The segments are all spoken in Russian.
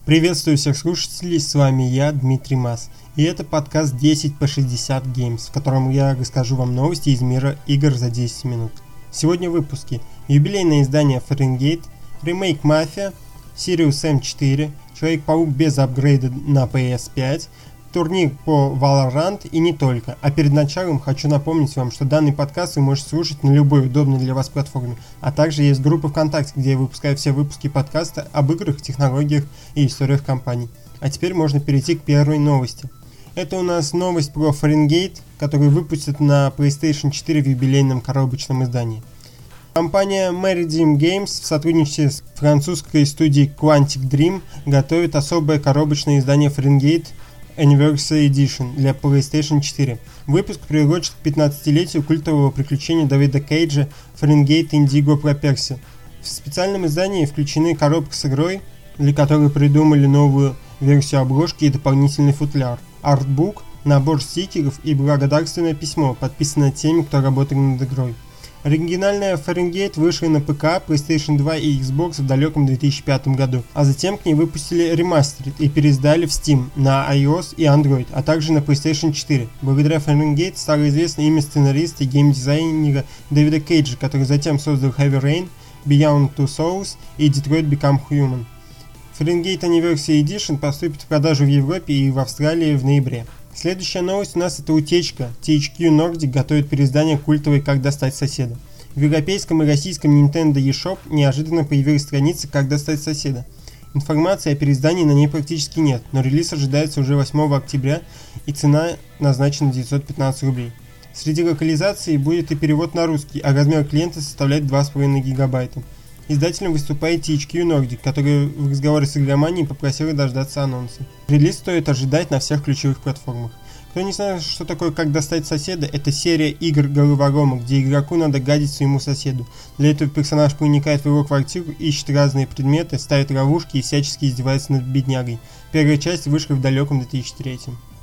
Приветствую всех слушателей, с вами я, Дмитрий Мас, и это подкаст 10 по 60 Games, в котором я расскажу вам новости из мира игр за 10 минут. Сегодня в выпуске юбилейное издание Fahrenheit, ремейк Mafia, Sirius M4, Человек-паук без апгрейда на PS5, турнир по Valorant и не только. А перед началом хочу напомнить вам, что данный подкаст вы можете слушать на любой удобной для вас платформе, а также есть группа ВКонтакте, где я выпускаю все выпуски подкаста об играх, технологиях и историях компаний. А теперь можно перейти к первой новости. Это у нас новость про Fahrenheit, который выпустят на PlayStation 4 в юбилейном коробочном издании. Компания Meridian Games в сотрудничестве с французской студией Quantic Dream готовит особое коробочное издание Fahrenheit Anniversary Edition для PlayStation 4. Выпуск приурочен к 15-летию культового приключения Дэвида Кейджа Fahrenheit Indigo Property. В специальном издании включены коробка с игрой, для которой придумали новую версию обложки и дополнительный футляр, артбук, набор стикеров и благодарственное письмо, подписанное теми, кто работает над игрой. Оригинальная Fahrenheit вышла на ПК, PlayStation 2 и Xbox в далеком 2005 году, а затем к ней выпустили ремастер и переиздали в Steam на iOS и Android, а также на PlayStation 4. Благодаря Fahrenheit стало известно имя сценариста и геймдизайнера Дэвида Кейджа, который затем создал Heavy Rain, Beyond Two Souls и Detroit Become Human. Fahrenheit Anniversary Edition поступит в продажу в Европе и в Австралии в ноябре. Следующая новость у нас это утечка. THQ Nordic готовит переиздание культовой «Как достать соседа». В европейском и российском Nintendo eShop неожиданно появилась страница «Как достать соседа». Информации о переиздании на ней практически нет, но релиз ожидается уже 8 октября и цена назначена 915 рублей. Среди локализаций будет и перевод на русский, а размер клиента составляет 2,5 гигабайта. Издателем выступает THQ Nordic, который в разговоре с игроманией попросила дождаться анонса. Релиз стоит ожидать на всех ключевых платформах. Кто не знает, что такое «Как достать соседа», это серия игр-головоломок, где игроку надо гадить своему соседу. Для этого персонаж проникает в его квартиру, ищет разные предметы, ставит ловушки и всячески издевается над беднягой. Первая часть вышла в далеком 2003.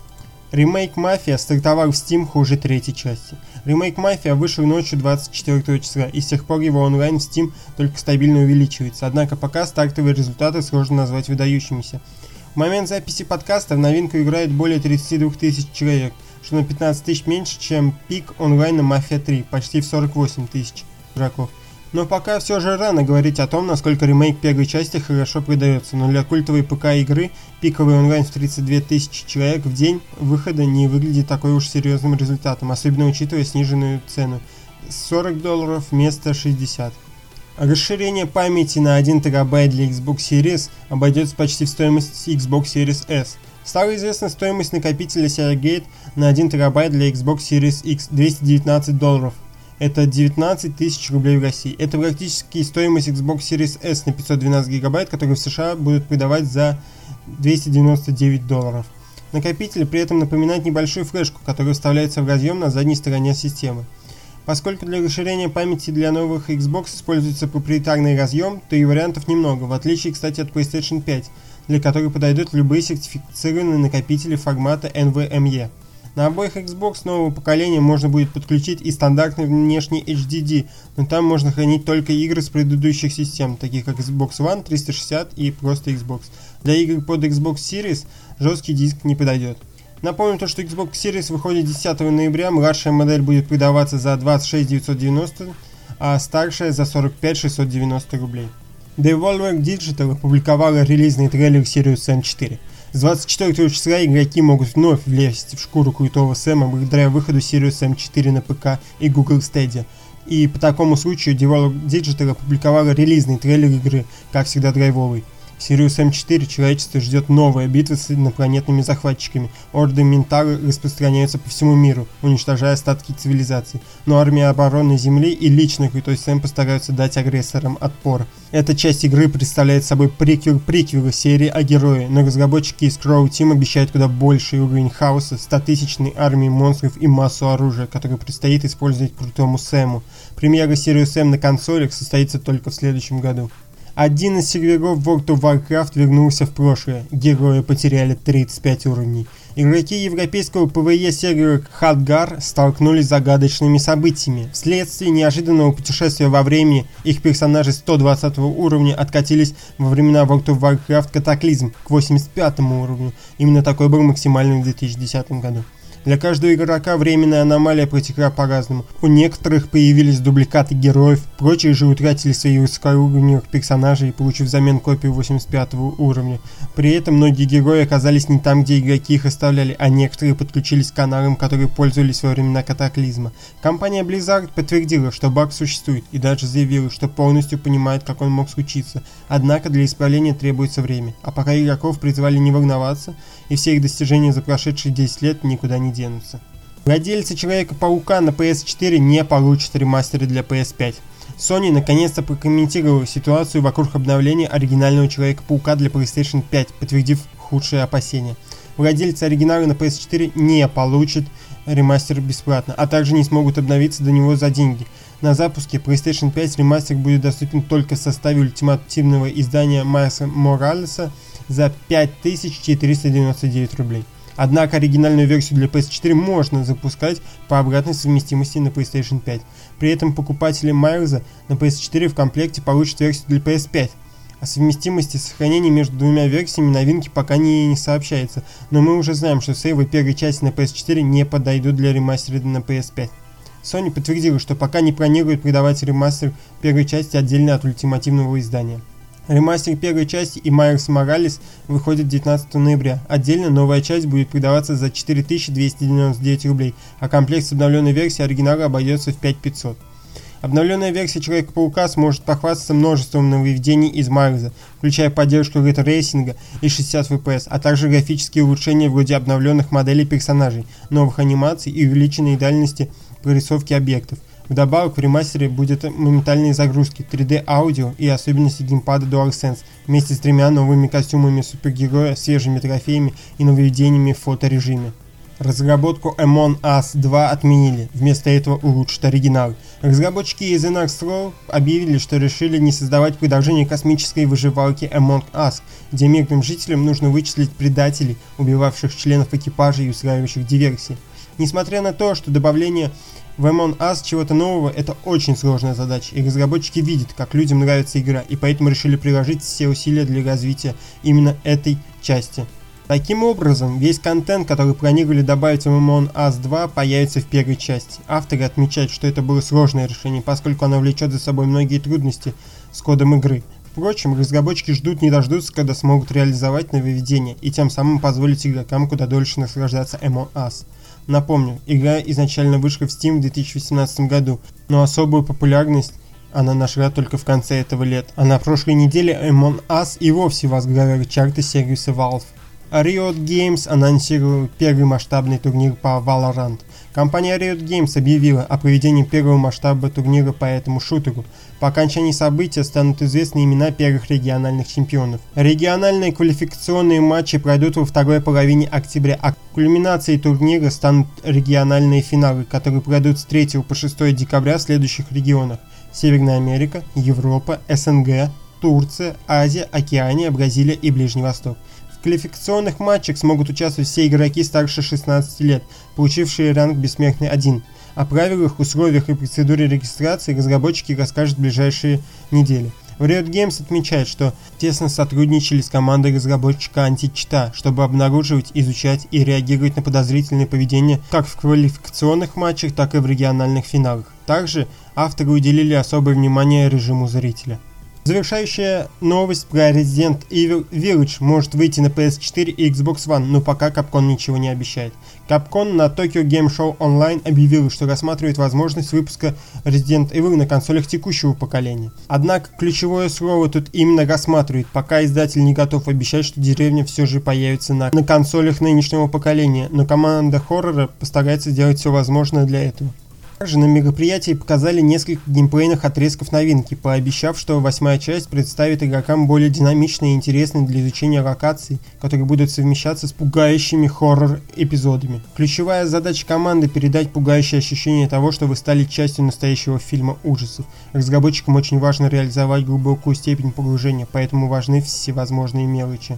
Ремейк Mafia стартовал в Steam хуже третьей части. Ремейк Mafia вышел ночью 24 числа, и с тех пор его онлайн в Steam только стабильно увеличивается, однако пока стартовые результаты сложно назвать выдающимися. В момент записи подкаста в новинку играет более 32 тысяч человек, что на 15 тысяч меньше, чем пик онлайна Mafia 3, почти в 48 тысяч игроков. Но пока все же рано говорить о том, насколько ремейк первой части хорошо продается, но для культовой ПК-игры пиковый онлайн в 32 тысячи человек в день выхода не выглядит такой уж серьезным результатом, особенно учитывая сниженную цену – $40 вместо 60. Расширение памяти на 1 терабайт для Xbox Series обойдется почти в стоимость Xbox Series S. Стала известна стоимость накопителя Seagate на 1 терабайт для Xbox Series X – $219. Это 19 тысяч рублей в России. Это практически стоимость Xbox Series S на 512 гигабайт, который в США будут продавать за $299. Накопитель при этом напоминает небольшую флешку, которая вставляется в разъем на задней стороне системы. Поскольку для расширения памяти для новых Xbox используется проприетарный разъем, то и вариантов немного, в отличие, кстати, от PlayStation 5, для которой подойдут любые сертифицированные накопители формата NVMe. На обоих Xbox нового поколения можно будет подключить и стандартный внешний HDD, но там можно хранить только игры с предыдущих систем, таких как Xbox One, 360 и просто Xbox. Для игр под Xbox Series жесткий диск не подойдет. Напомню то, что Xbox Series выходит 10 ноября, младшая модель будет продаваться за 26 990, а старшая за 45 690 рублей. Devolver Digital опубликовала релизный трейлер Sirius M4. С 24 числа игроки могут вновь влезть в шкуру крутого Сэма благодаря выходу Sirius M4 на ПК и Google Stadia. И по такому случаю Devolver Digital опубликовала релизный трейлер игры, как всегда драйвовый. В Sirius M4 человечество ждет новая битва с инопланетными захватчиками. Орды Минтара распространяются по всему миру, уничтожая остатки цивилизации. Но армия обороны Земли и лично крутой Сэм постараются дать агрессорам отпор. Эта часть игры представляет собой приквел серии о герое, но разработчики из Crow Team обещают куда больший уровень хаоса, 100-тысячной армии монстров и массу оружия, которое предстоит использовать крутому Сэму. Премьера Sirius M на консолях состоится только в следующем году. Один из серверов World of Warcraft вернулся в прошлое. Герои потеряли 35 уровней. Игроки европейского PvE-сервера Хадгар столкнулись с загадочными событиями. Вследствие неожиданного путешествия во времени их персонажи 120 уровня откатились во времена World of Warcraft Cataclysm к 85 уровню. Именно такой был максимальный в 2010 году. Для каждого игрока временная аномалия протекла по-разному. У некоторых появились дубликаты героев, прочие же утратили свои высокоуровневых персонажей, получив взамен копию 85 уровня. При этом многие герои оказались не там, где игроки их оставляли, а некоторые подключились к каналам, которые пользовались во времена катаклизма. Компания Blizzard подтвердила, что баг существует, и даже заявила, что полностью понимает, как он мог случиться. Однако для исправления требуется время, а пока игроков призвали не волноваться, и все их достижения за прошедшие 10 лет никуда не денутся. Владельцы Человека-паука на PS4 не получат ремастеры для PS5. Sony наконец-то прокомментировала ситуацию вокруг обновления оригинального Человека-паука для PlayStation 5, подтвердив худшие опасения. Владельцы оригинала на PS4 не получат ремастер бесплатно, а также не смогут обновиться до него за деньги. На запуске PlayStation 5 ремастер будет доступен только в составе ультимативного издания Майса Моралеса за 5499 рублей. Однако оригинальную версию для PS4 можно запускать по обратной совместимости на PlayStation 5. При этом покупатели Майлза на PS4 в комплекте получат версию для PS5. О совместимости сохранения между двумя версиями новинки пока не сообщается, но мы уже знаем, что сейвы первой части на PS4 не подойдут для ремастера на PS5. Sony подтвердила, что пока не планирует продавать ремастер первой части отдельно от ультимативного издания. Ремастер первой части и Майлз Моралес выходит 19 ноября. Отдельно новая часть будет продаваться за 4299 рублей, а комплект с обновленной версией оригинала обойдется в 5500. Обновленная версия Человека-паука сможет похвастаться множеством нововведений из Майлза, включая поддержку рейтрейсинга и 60 FPS, а также графические улучшения вроде обновленных моделей персонажей, новых анимаций и увеличенной дальности прорисовки объектов. Вдобавок в ремастере будет моментальные загрузки, 3D-аудио и особенности геймпада DualSense, вместе с 3 новыми костюмами супергероя, свежими трофеями и нововведениями в фоторежиме. Разработку Among Us 2 отменили, вместо этого улучшат оригинал. Разработчики из Inxroad объявили, что решили не создавать продолжение космической выживалки Among Us, где мирным жителям нужно вычислить предателей, убивавших членов экипажа и устраивающих диверсии. Несмотря на то, что добавление в Among Us чего-то нового – это очень сложная задача, и разработчики видят, как людям нравится игра, и поэтому решили приложить все усилия для развития именно этой части. Таким образом, весь контент, который планировали добавить в Among Us 2, появится в первой части. Авторы отмечают, что это было сложное решение, поскольку оно влечет за собой многие трудности с кодом игры. Впрочем, разработчики ждут не дождутся, когда смогут реализовать нововведения и тем самым позволить игрокам куда дольше наслаждаться Among Us. Напомню, игра изначально вышла в Steam в 2018 году, но особую популярность она нашла только в конце этого лета, а на прошлой неделе Among Us и вовсе возглавил чарты сервиса Valve. Riot Games анонсировал первый масштабный турнир по Valorant. Компания Riot Games объявила о проведении первого масштаба турнира по этому шутеру. По окончании события станут известны имена первых региональных чемпионов. Региональные квалификационные матчи пройдут во второй половине октября, а кульминацией турнира станут региональные финалы, которые пройдут с 3 по 6 декабря в следующих регионах: Северная Америка, Европа, СНГ, Турция, Азия, Океания, Бразилия и Ближний Восток. В квалификационных матчах смогут участвовать все игроки старше 16 лет, получившие ранг Бессмертный 1. О правилах, условиях и процедуре регистрации разработчики расскажут в ближайшие недели. Riot Games отмечает, что тесно сотрудничали с командой разработчика Античита, чтобы обнаруживать, изучать и реагировать на подозрительное поведение как в квалификационных матчах, так и в региональных финалах. Также авторы уделили особое внимание режиму зрителя. Завершающая новость про Resident Evil Village может выйти на PS4 и Xbox One, но пока Capcom ничего не обещает. Capcom на Tokyo Game Show Online объявил, что рассматривает возможность выпуска Resident Evil на консолях текущего поколения. Однако ключевое слово тут именно рассматривает, пока издатель не готов обещать, что деревня все же появится на консолях нынешнего поколения, но команда хоррора постарается сделать все возможное для этого. Также на мероприятии показали несколько геймплейных отрезков новинки, пообещав, что 8-я часть представит игрокам более динамичные и интересные для изучения локаций, которые будут совмещаться с пугающими хоррор-эпизодами. Ключевая задача команды – передать пугающее ощущение того, что вы стали частью настоящего фильма ужасов. Разработчикам очень важно реализовать глубокую степень погружения, поэтому важны всевозможные мелочи.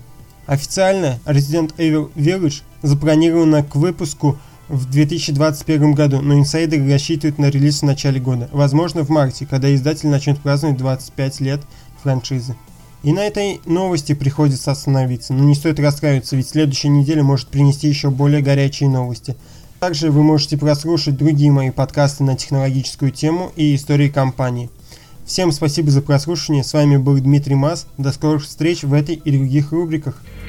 Официально Resident Evil Village запланировано к выпуску в 2021 году, но инсайдеры рассчитывают на релиз в начале года, возможно в марте, когда издатель начнет праздновать 25 лет франшизы. И на этой новости приходится остановиться, но не стоит расстраиваться, ведь следующая неделя может принести еще более горячие новости. Также вы можете прослушать другие мои подкасты на технологическую тему и истории компании. Всем спасибо за прослушивание, с вами был Дмитрий Мас, до скорых встреч в этой и других рубриках.